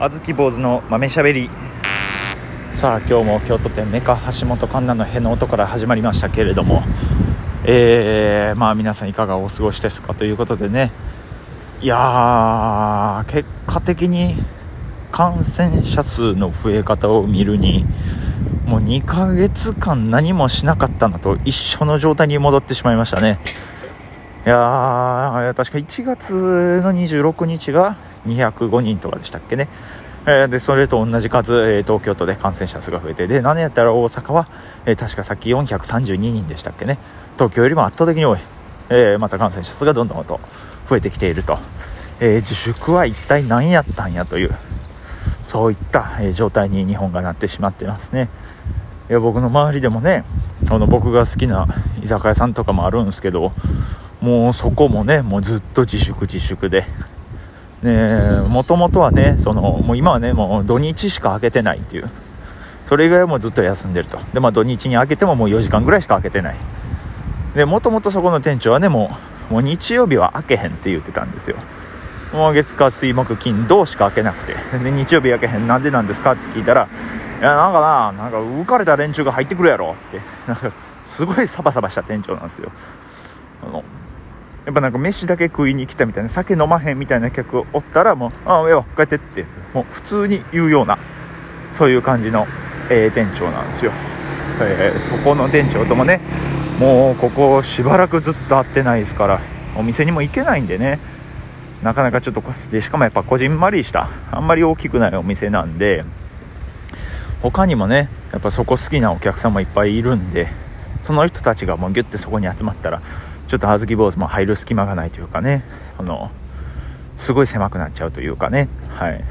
あずき坊主の豆しゃべり。さあ今日も京都店メカ橋本環奈のへの音から始まりましたけれども、皆さんいかがお過ごしですかということでね、いやー結果的に感染者数の増え方を見るにもう2ヶ月間何もしなかったのと一緒の状態に戻ってしまいましたね。いやー確か1月の26日が205人とかでしたっけね。でそれと同じ数、東京都で感染者数が増えて、で何やったら大阪は、確かさっき432人でしたっけね。東京よりも圧倒的に多い、また感染者数がどんどんと増えてきていると、自粛は一体何やったんやという、そういった、状態に日本がなってしまっていますね。いや僕の周りでもね、僕が好きな居酒屋さんとかもあるんですけど、もうそこもねもうずっと自粛でもともとはねもう今はねもう土日しか開けてないっていう、それ以外はもうずっと休んでると。で土日に開けてももう4時間ぐらいしか開けてないで、もともとそこの店長はねもう日曜日は開けへんって言ってたんですよ。もう月火水木金土しか開けなくて、で日曜日開けへん、なんでなんですかって聞いたら、いやなんか浮かれた連中が入ってくるやろって、すごいサバサバした店長なんですよ。やっぱ飯だけ食いに来たみたいな、酒飲まへんみたいな客おったらもう帰ってってもう普通に言うような、そういう感じの、店長なんですよ。そこの店長ともねもうここしばらくずっと会ってないですから、お店にも行けないんでね、なかなかちょっとで、しかもやっぱこじんまりしたあんまり大きくないお店なんで、他にもねやっぱそこ好きなお客さんもいっぱいいるんで、その人たちがもうギュッてそこに集まったらちょっとあずき坊主も入る隙間がないというかね、すごい狭くなっちゃうというかね。はい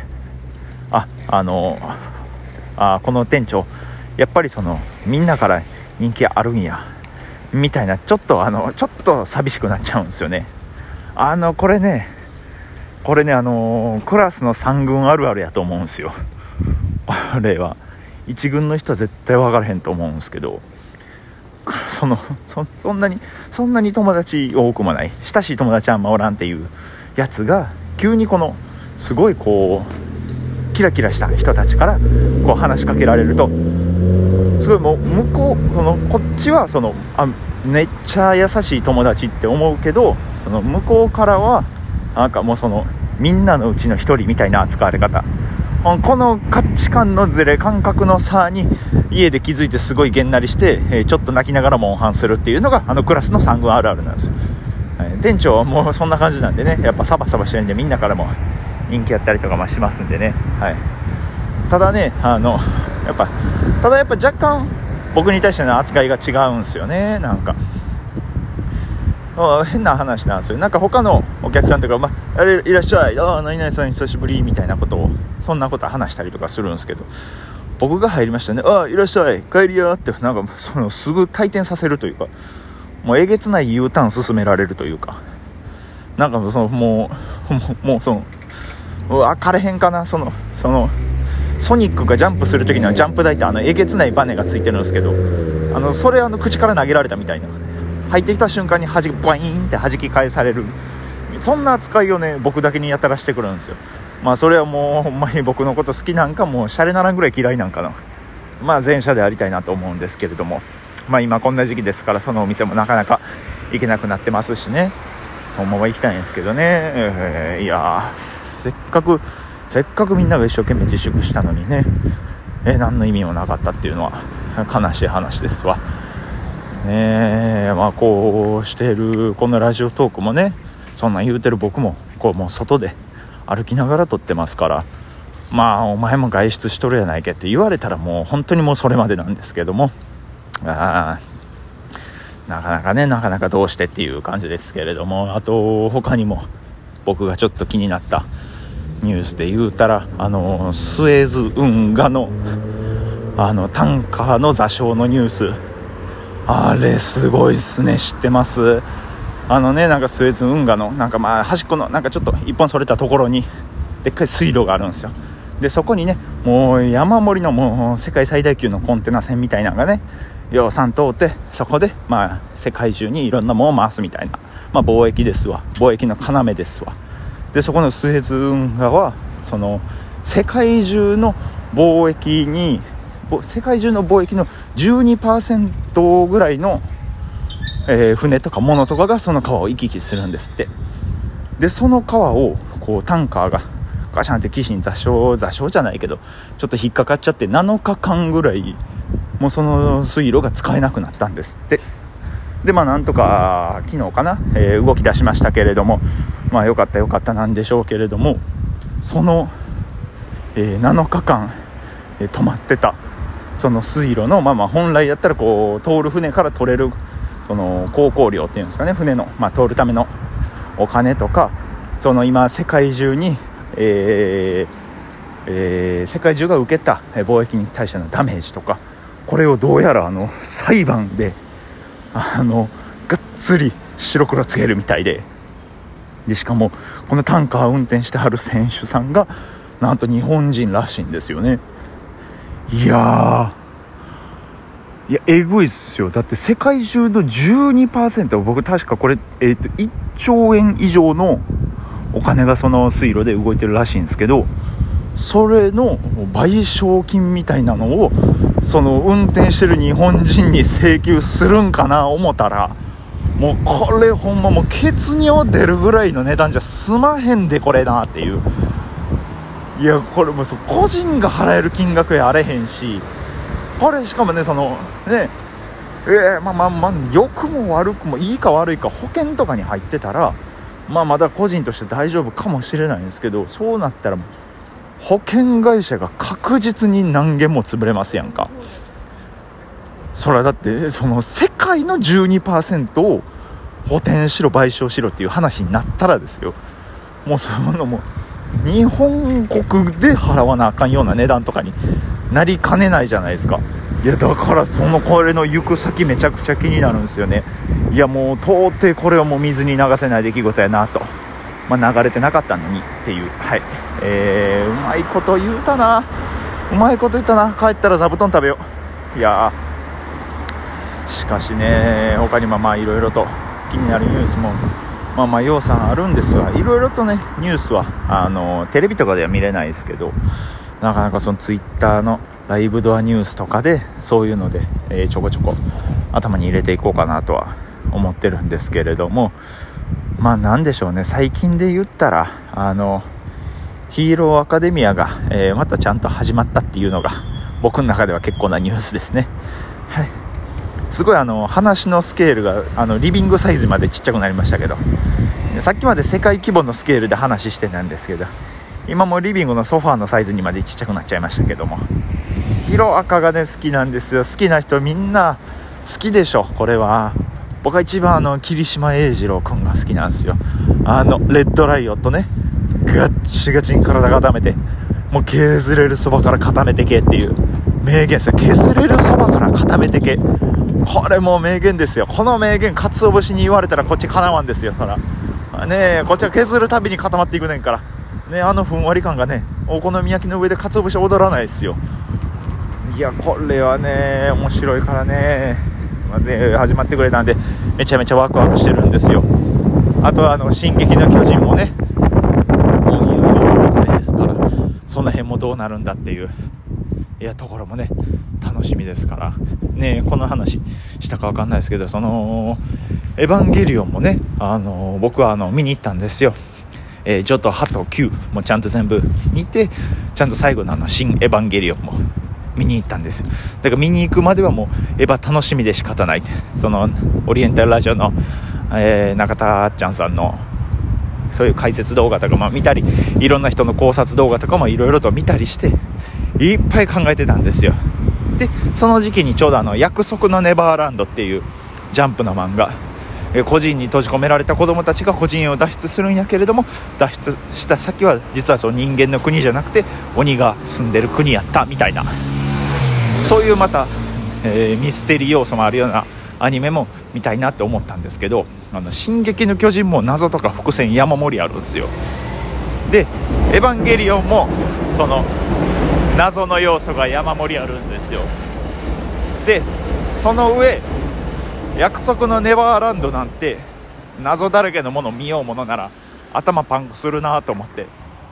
この店長やっぱりみんなから人気あるんやみたいな、ちょっと寂しくなっちゃうんですよね。これねクラスの3軍あるあるやと思うんですよ。これは1軍の人は絶対分からへんと思うんですけど、そんなに友達多くもない、親しい友達はあんまおらんっていうやつが急にすごいキラキラした人たちから話しかけられると、すごいもう向こうこっちはめっちゃ優しい友達って思うけど、向こうからはもうみんなのうちの一人みたいな扱われ方、この価値観のズレ、感覚の差に家で気づいてすごいげんなりして、ちょっと泣きながらモンハンするっていうのがクラスの3軍あるあるなんですよ。店長はもうそんな感じなんでね、やっぱサバサバしてるんでみんなからも人気やったりとかしますんでね。ただねやっぱ若干僕に対しての扱いが違うんですよね。変な話なんですよ。他のお客さんとか、いらっしゃい、何々さん久しぶりみたいなことを、そんなこと話したりとかするんですけど、僕が入りましたね、いらっしゃい帰りやってすぐ退店させるというか、もうえげつない U ターン進められるというか、もう分かれへんかな、ソニックがジャンプするときにはジャンプ台ってえげつないバネがついてるんですけど、それ口から投げられたみたいな、入ってきた瞬間にバイーンって弾き返される、そんな扱いをね僕だけにやたらしてくるんですよ。それはもうほんまに僕のこと好きなんか、もうシャレならんぐらい嫌いなんかな、前者でありたいなと思うんですけれども、今こんな時期ですから、そのお店もなかなか行けなくなってますしね、ほんまは行きたいんですけどね。いやせっかくみんなが一生懸命自粛したのにね、何の意味もなかったっていうのは悲しい話ですわ。こうしているこのラジオトークもね、そんなん言うてる僕ももう外で歩きながら撮ってますから、お前も外出しとるやないけって言われたらもう本当にもうそれまでなんですけども、なかなかどうしてっていう感じですけれども、あと他にも僕がちょっと気になったニュースで言うたら、スエズ運河のタンカーの座礁のニュース、あれすごいっすね。知ってます？スエズ運河の端っこのちょっと一本それたところにでっかい水路があるんですよ。でそこにねもう山盛りのもう世界最大級のコンテナ船みたいなのがね洋さん通って、そこで世界中にいろんなものを回すみたいな、貿易ですわ。貿易の要ですわ。でそこのスエズ運河は世界中の貿易の 12% ぐらいの、船とか物とかがその川を行き来するんですって。でその川をこうタンカーがガシャンって岸に座礁じゃないけどちょっと引っかかっちゃって7日間ぐらいもうその水路が使えなくなったんですって。でなんとか昨日かな、動き出しましたけれども、よかったなんでしょうけれども、その、7日間、止まってたその水路の本来だったらこう通る船から取れるその航行料っていうんですかね、船の、通るためのお金とか、その今世界中に、世界中が受けた貿易に対してのダメージとか、これをどうやら裁判でがっつり白黒つけるみたいで、しかもこのタンカー運転してはる選手さんがなんと日本人らしいんですよね。いやえぐいっすよ。だって世界中の 12%、 僕確かこれ、1兆円以上のお金がその水路で動いてるらしいんですけど、それの賠償金みたいなのをその運転してる日本人に請求するんかな思ったら、もうこれほんまもうケツにを出るぐらいの値段じゃ済まへんでこれなっていう。いやこれもう個人が払える金額やあれへんし、これしかもねそのね良くも悪くもいいか悪いか保険とかに入ってたらまだ個人として大丈夫かもしれないんですけど、そうなったら保険会社が確実に何件も潰れますやんか。それはだってその世界の 12% を補填しろ賠償しろっていう話になったらですよ、もうそのも日本国で払わなあかんような値段とかになりかねないじゃないですか。いやだからこれの行く先めちゃくちゃ気になるんですよね。いやもう到底これはもう水に流せない出来事やなと、流れてなかったのにっていう、うまいこと言ったな帰ったら座布団食べよう。いやしかしね、他にもいろいろと気になるニュースもようさんあるんですわ。いろいろとねニュースはテレビとかでは見れないですけど、なかなかそのツイッターのライブドアニュースとかでそういうので、ちょこちょこ頭に入れていこうかなとは思ってるんですけれども、なんでしょうね、最近で言ったらヒーローアカデミアが、またちゃんと始まったっていうのが僕の中では結構なニュースですね。すごい話のスケールがリビングサイズまでちっちゃくなりましたけど、さっきまで世界規模のスケールで話してたんですけど、今もリビングのソファーのサイズにまでちっちゃくなっちゃいましたけども、ヒロアカがね好きなんですよ。好きな人みんな好きでしょ。これは僕は一番桐島英二郎くんが好きなんですよ。レッドライオットね、ガッチガチに体固めて、もう削れるそばから固めてけっていう名言ですよ。削れるそばから固めてけ、これもう名言ですよ。この名言鰹節に言われたらこっちかなわんですよ。ほらねえ、こっちは削るたびに固まっていくねんからね、ふんわり感がね、お好み焼きの上で鰹節踊らないですよ。いやこれはね面白いからね、で始まってくれたんでめちゃめちゃワクワクしてるんですよ。あとは進撃の巨人もね、もういよいよお祭りですから、その辺もどうなるんだっていうところもね楽しみですからね。この話したか分かんないですけど、そのエヴァンゲリオンもね、僕は見に行ったんですよ。ジョとハと Q もちゃんと全部見て、ちゃんと最後の新エヴァンゲリオンも見に行ったんですよ。だから見に行くまではもうエヴァ楽しみで仕方ないって、そのオリエンタルラジオの、中田あっちゃんさんのそういう解説動画とか見たり、いろんな人の考察動画とかもいろいろと見たりしていっぱい考えてたんですよ。でその時期にちょうど約束のネバーランドっていうジャンプの漫画、個人に閉じ込められた子供たちが個人を脱出するんやけれども、脱出した先は実はその人間の国じゃなくて鬼が住んでる国やったみたいな、そういうまた、ミステリー要素もあるようなアニメも見たいなって思ったんですけど、進撃の巨人も謎とか伏線山盛りあるんですよ。でエヴァンゲリオンもその謎の要素が山盛りあるんですよ。でその上約束のネバーランドなんて謎だらけのものを見ようものなら頭パンクするなと思って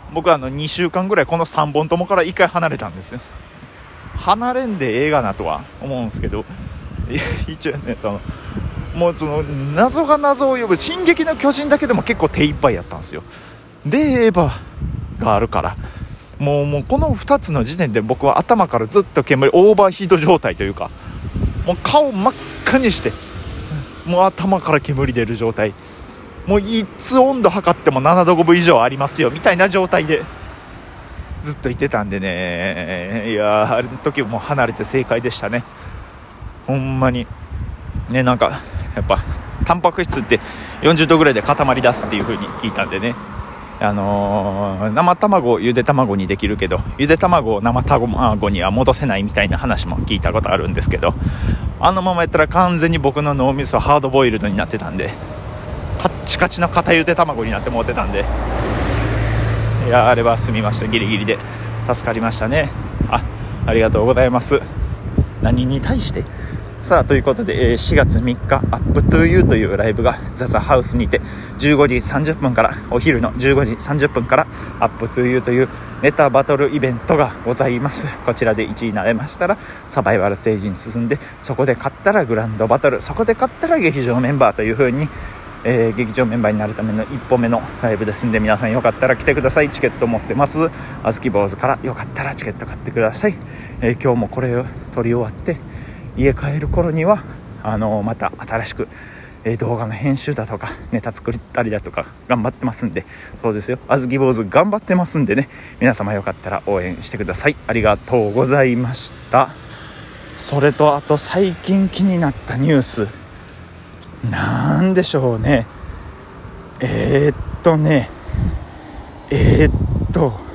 僕は2週間ぐらいこの3本ともから1回離れたんですよ。離れんでええがなとは思うんですけど、一応ね、もう謎が謎を呼ぶ進撃の巨人だけでも結構手一杯やったんですよ。でエヴァがあるからもうこの2つの時点で僕は頭からずっと煙オーバーヒート状態というか、もう顔真っ赤にしてもう頭から煙出る状態、もういつ温度測っても7度5分以上ありますよみたいな状態でずっといてたんでね、いやあの時もう離れて正解でしたね。ほんまにね、なんかやっぱタンパク質って40度ぐらいで固まり出すっていう風に聞いたんでね、生卵ゆで卵にできるけどゆで卵を生卵には戻せないみたいな話も聞いたことあるんですけど、あのままやったら完全に僕の脳みそはハードボイルドになってたんで、カッチカチの固ゆで卵になってもうてたんで、いやあれは済みました。ギリギリで助かりましたね。ありがとうございます。何に対してさあということで、4月3日アップトゥーユーというライブがザザハウスにて15時30分からお昼の15時30分からアップトゥーユーというネタバトルイベントがございます。こちらで1位になれましたらサバイバルステージに進んで、そこで勝ったらグランドバトル、そこで勝ったら劇場メンバーという風に、劇場メンバーになるための一歩目のライブですんで、皆さんよかったら来てください。チケット持ってます。あずき坊主からよかったらチケット買ってください。今日もこれを撮り終わって家帰る頃にはまた新しく、動画の編集だとかネタ作ったりだとか頑張ってますんで、そうですよ、あずき坊主頑張ってますんでね、皆様よかったら応援してください。ありがとうございました。それとあと最近気になったニュースなんでしょうね。